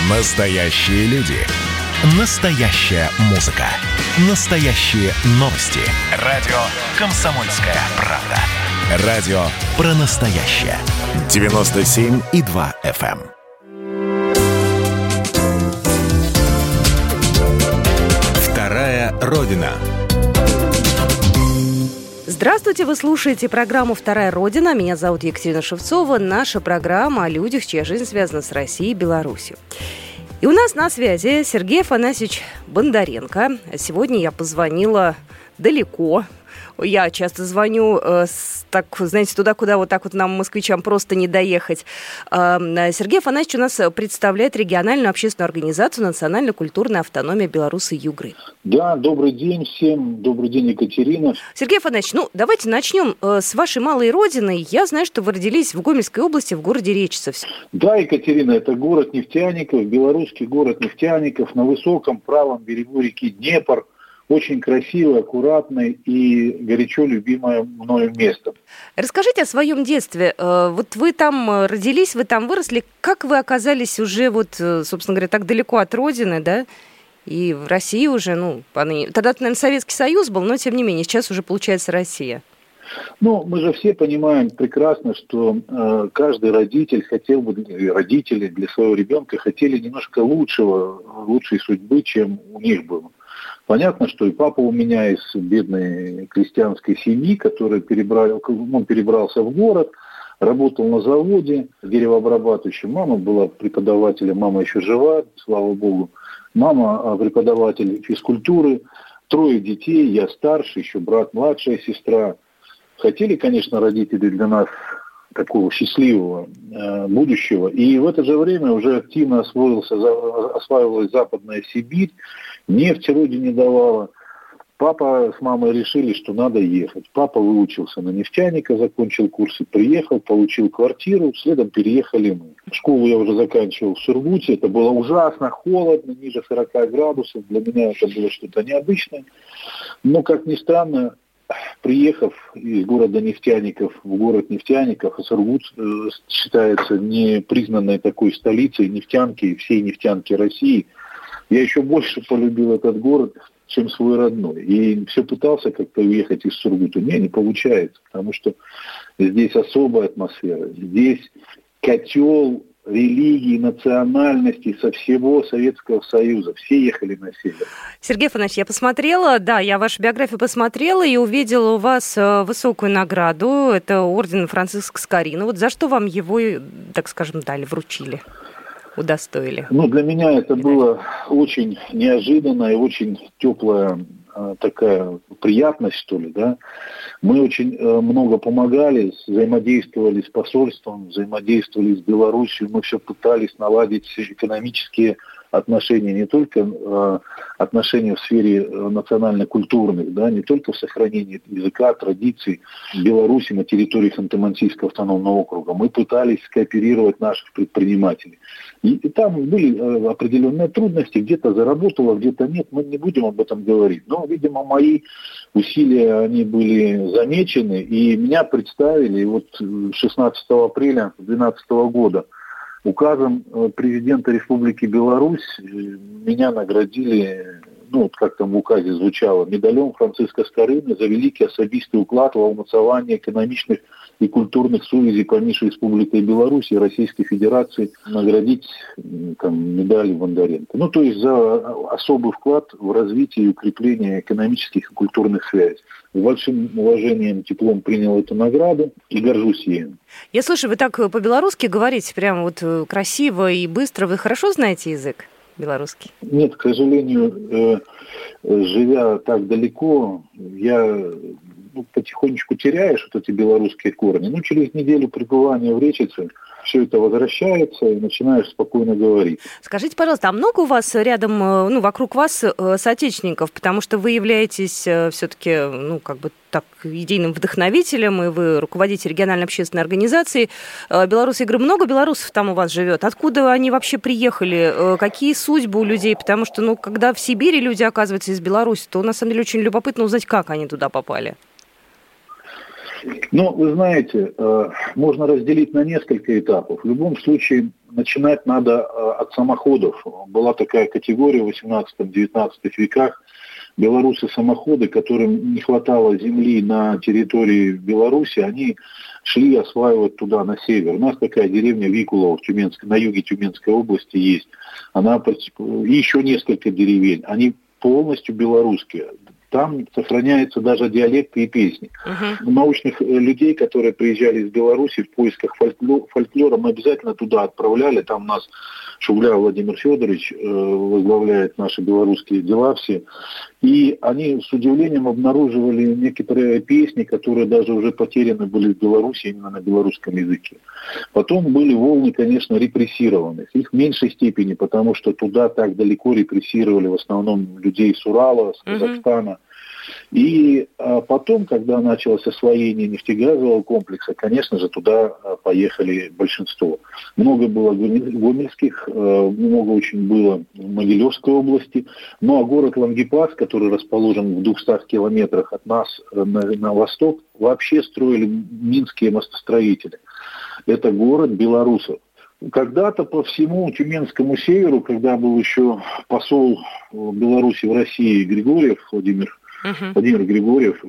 Настоящие люди. Настоящая музыка. Настоящие новости. Радио «Комсомольская правда». Радио про настоящее. 97,2 FM. Вторая Родина. Здравствуйте, вы слушаете программу «Вторая Родина». Меня зовут Екатерина Шевцова. Наша программа о людях, чья жизнь связана с Россией и Беларусью. И у нас на связи Сергей Афанасьевич Бондаренко. Сегодня я позвонила далеко. Я часто звоню, туда, куда вот так вот нам, москвичам, просто не доехать. Сергей Афанасьевич у нас представляет региональную общественную организацию «Национальная культурная автономия Беларуси Югры». Да, добрый день всем. Добрый день, Екатерина. Сергей Афанасьевич, давайте начнем с вашей малой родины. Я знаю, что вы родились в Гомельской области, в городе Речицев. Да, Екатерина, это город нефтяников, белорусский город нефтяников на высоком правом берегу реки Днепр. Очень красивое, аккуратное и горячо любимое мною место. Расскажите о своем детстве. Вот вы там родились, вы там выросли. Как вы оказались уже, собственно говоря, так далеко от родины, да? И в России уже, тогда, наверное, Советский Союз был, но тем не менее, сейчас уже получается Россия. Мы же все понимаем прекрасно, что каждый родитель хотел бы, родители для своего ребенка хотели немножко лучшей судьбы, чем у них было. Понятно, что и папа у меня из бедной крестьянской семьи, который перебрался в город, работал на заводе деревообрабатывающем. Мама была преподавателем, мама еще жива, слава богу. Мама преподаватель физкультуры, 3 детей, я старший, еще брат, младшая сестра. Хотели, конечно, родители для нас такого счастливого будущего. И в это же время уже активно осваивалась Западная Сибирь, нефть родине давала. Папа с мамой решили, что надо ехать. Папа выучился на нефтяника, закончил курсы, приехал, получил квартиру, следом переехали мы. Школу я уже заканчивал в Сургуте, это было ужасно холодно, ниже 40 градусов, для меня это было что-то необычное. Но, как ни странно, приехав из города нефтяников в город нефтяников, Сургут считается непризнанной такой столицей нефтянки и всей нефтянки России, я еще больше полюбил этот город, чем свой родной. И все пытался как-то уехать из Сургута. Не получается, потому что здесь особая атмосфера. Здесь котел религии, национальностей со всего Советского Союза. Все ехали на север. Сергей Афанасьевич, я посмотрела, я вашу биографию посмотрела и увидела у вас высокую награду. Это орден Франциска Скорина. За что вам его, так скажем, вручили? Удостоили? Для меня это было очень неожиданно и очень теплая такая приятность, что ли, да. Мы очень много помогали, взаимодействовали с посольством, взаимодействовали с Беларусью, мы все пытались наладить экономические отношения, не только отношения в сфере национально-культурных, да, не только в сохранении языка, традиций Беларуси на территории Ханты-Мансийского автономного округа. Мы пытались скооперировать наших предпринимателей. И там были определенные трудности, где-то заработало, где-то нет, мы не будем об этом говорить. Но, видимо, мои усилия, они были замечены, и меня представили, и 16 апреля 2012 года указом президента Республики Беларусь меня наградили, как там в указе звучало, медалем Франциска Скорины за великий особистый уклад во умацаванне экономичных и культурных сувязей паміж Республикой Беларусь и Российской Федерации, наградить медалью Бондаренко. То есть за особый вклад в развитие и укрепление экономических и культурных связей. С большим уважением, теплом принял эту награду и горжусь ею. Я слышу, вы так по-белорусски говорите, прям красиво и быстро. Вы хорошо знаете язык белорусский? Нет, к сожалению, живя так далеко, я потихонечку теряешь эти белорусские корни. Через неделю пребывания в Речице все это возвращается и начинаешь спокойно говорить. Скажите, пожалуйста, а много у вас рядом, вокруг вас соотечественников, потому что вы являетесь все-таки, идейным вдохновителем, и вы руководитель региональной общественной организации «Беларусь Югры». Много белорусов там у вас живет? Откуда они вообще приехали? Какие судьбы у людей? Потому что, когда в Сибири люди оказываются из Беларуси, то на самом деле очень любопытно узнать, как они туда попали. Ну, вы знаете, можно разделить на несколько этапов. В любом случае, начинать надо от самоходов. Была такая категория в 18-19 веках. Белорусы-самоходы, которым не хватало земли на территории Беларуси, они шли осваивать туда, на север. У нас такая деревня Викулово на юге Тюменской области есть. И еще несколько деревень. Они полностью белорусские. Там сохраняются даже диалекты и песни. Научных людей, которые приезжали из Беларуси в поисках фольклора, мы обязательно туда отправляли. Там нас Шугля Владимир Федорович возглавляет наши белорусские дела все. И они с удивлением обнаруживали некоторые песни, которые даже уже потеряны были в Беларуси именно на белорусском языке. Потом были волны, конечно, репрессированных. Их в меньшей степени, потому что туда так далеко репрессировали в основном людей с Урала, с Казахстана. И потом, когда началось освоение нефтегазового комплекса, конечно же, туда поехали большинство. Много было гомельских, много очень было в Могилевской области. Ну а город Лангепас, который расположен в 200 километрах от нас на восток, вообще строили минские мостостроители. Это город белорусов. Когда-то по всему Тюменскому северу, когда был еще посол Беларуси в России Григорьев Владимир Григорьев,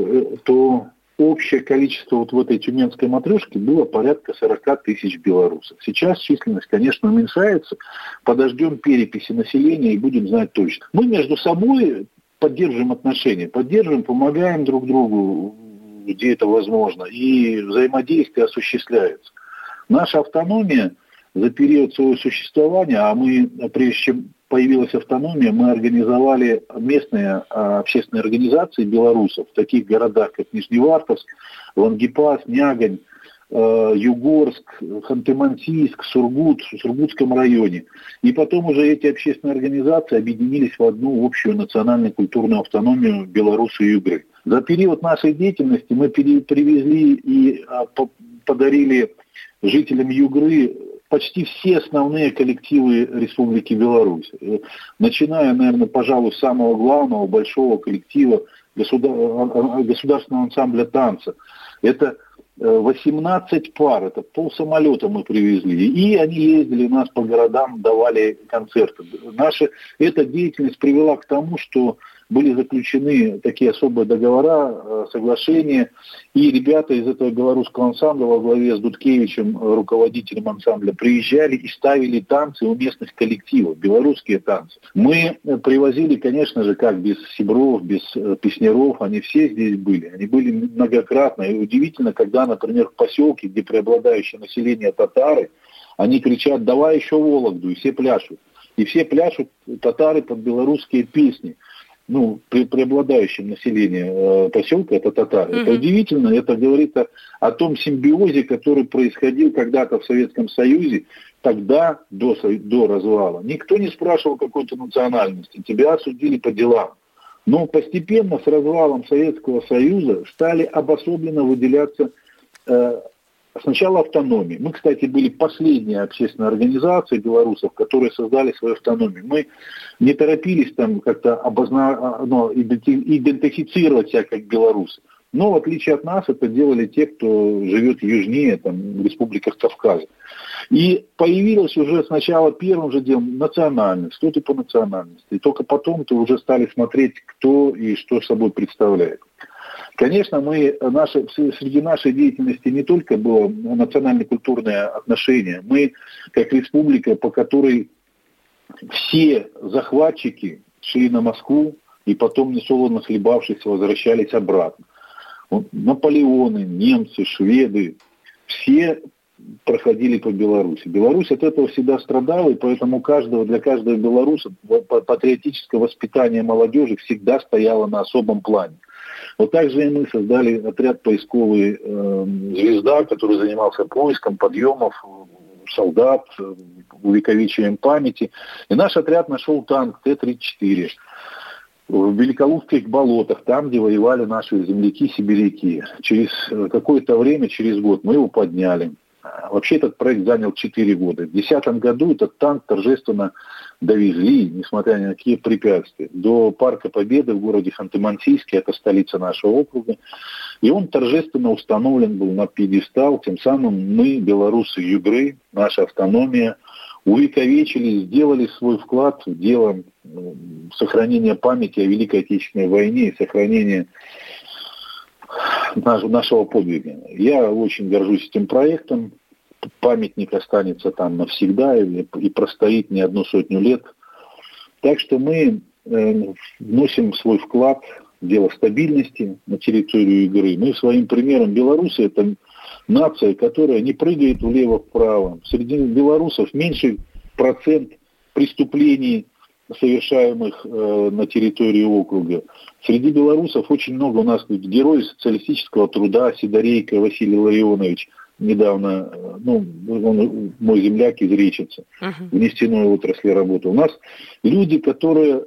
то общее количество вот в этой тюменской матрешке было порядка 40 тысяч белорусов. Сейчас численность, конечно, уменьшается. Подождем переписи населения и будем знать точно. Мы между собой поддерживаем отношения, помогаем друг другу, где это возможно, и взаимодействие осуществляется. Наша автономия за период своего существования, а мы, прежде чем появилась автономия, мы организовали местные общественные организации белорусов в таких городах, как Нижневартовск, Лангепас, Нягань, Югорск, Ханты-Мансийск, Сургут, в Сургутском районе. И потом уже эти общественные организации объединились в одну общую национальную культурную автономию Беларуси и Югры. За период нашей деятельности мы привезли и подарили жителям Югры почти все основные коллективы Республики Беларусь. Начиная, наверное, пожалуй, с самого главного, большого коллектива государственного ансамбля танца. Это 18 пар, это полсамолета мы привезли. И они ездили у нас по городам, давали концерты. Эта деятельность привела к тому, что были заключены такие особые договора, соглашения, и ребята из этого белорусского ансамбля во главе с Дудкевичем, руководителем ансамбля, приезжали и ставили танцы у местных коллективов, белорусские танцы. Мы привозили, конечно же, как без сибров, без песняров, они все здесь были, они были многократно. И удивительно, когда, например, в поселке, где преобладающее население татары, они кричат: «Давай еще Вологду», и все пляшут. И все пляшут татары под белорусские песни. Ну, преобладающее население поселка — это татары. Это удивительно, это говорит о том симбиозе, который происходил когда-то в Советском Союзе, тогда, до развала. Никто не спрашивал какой-то национальности, тебя осудили по делам. Но постепенно с развалом Советского Союза стали обособленно выделяться сначала автономии. Мы, кстати, были последней общественной организацией белорусов, которые создали свою автономию. Мы не торопились там как-то идентифицировать себя как белорусы. Но в отличие от нас это делали те, кто живет южнее, там, в республиках Кавказа. И появилась уже сначала первым же делом национальность, что ты по национальности. И только потом-то уже стали смотреть, кто и что собой представляет. Конечно, среди нашей деятельности не только было национально-культурное отношение. Мы, как республика, по которой все захватчики шли на Москву и потом, несолоно хлебавшись, возвращались обратно. Наполеоны, немцы, шведы, все проходили по Беларуси. Беларусь от этого всегда страдала, и поэтому для каждого белоруса патриотическое воспитание молодежи всегда стояло на особом плане. Вот так же и мы создали отряд поисковый «Звезда», который занимался поиском подъемов солдат, увековечиванием памяти. И наш отряд нашел танк Т-34 в Великолукских болотах, там, где воевали наши земляки-сибиряки. Через какое-то время, через год, мы его подняли. Вообще этот проект занял 4 года. В 2010 году этот танк торжественно довезли, несмотря ни на какие препятствия, до Парка Победы в городе Ханты-Мансийске, это столица нашего округа. И он торжественно установлен был на пьедестал. Тем самым мы, белорусы Югры, наша автономия, увековечили, сделали свой вклад в дело сохранения памяти о Великой Отечественной войне и сохранения нашего подвига. Я очень горжусь этим проектом. Памятник останется там навсегда и простоит не 100 лет. Так что мы вносим свой вклад в дело стабильности на территорию игры. Мы своим примером, белорусы — это нация, которая не прыгает влево-вправо. Среди белорусов меньше процент преступлений, совершаемых на территории округа. Среди белорусов очень много у нас героев социалистического труда, Сидорейко Василий Ларионович, недавно, он мой земляк из Речицы, в нефтяной отрасли работал. У нас люди, которые,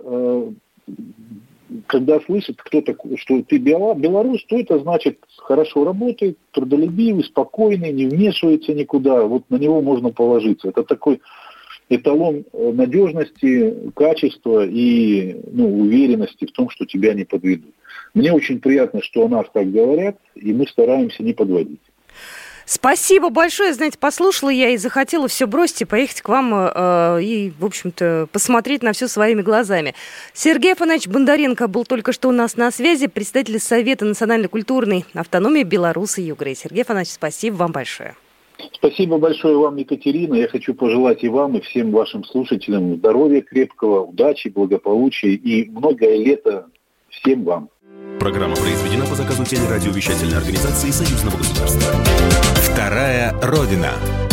когда слышат, кто такой, что ты белорус, то это значит хорошо работает, трудолюбивый, спокойный, не вмешивается никуда, вот на него можно положиться. Это такой эталон надежности, качества и уверенности в том, что тебя не подведут. Мне очень приятно, что о нас так говорят, и мы стараемся не подводить. Спасибо большое. Знаете, послушала я и захотела все бросить и поехать к вам и, в общем-то, посмотреть на все своими глазами. Сергей Афанасьевич Бондаренко был только что у нас на связи, председатель Совета национальной культурной автономии Беларуси Югры. Сергей Афанасьевич, спасибо вам большое. Спасибо большое вам, Екатерина. Я хочу пожелать и вам, и всем вашим слушателям здоровья крепкого, удачи, благополучия и многое лето всем вам. Программа произведена по заказу телерадиовещательной организации Союзного государства. Вторая Родина.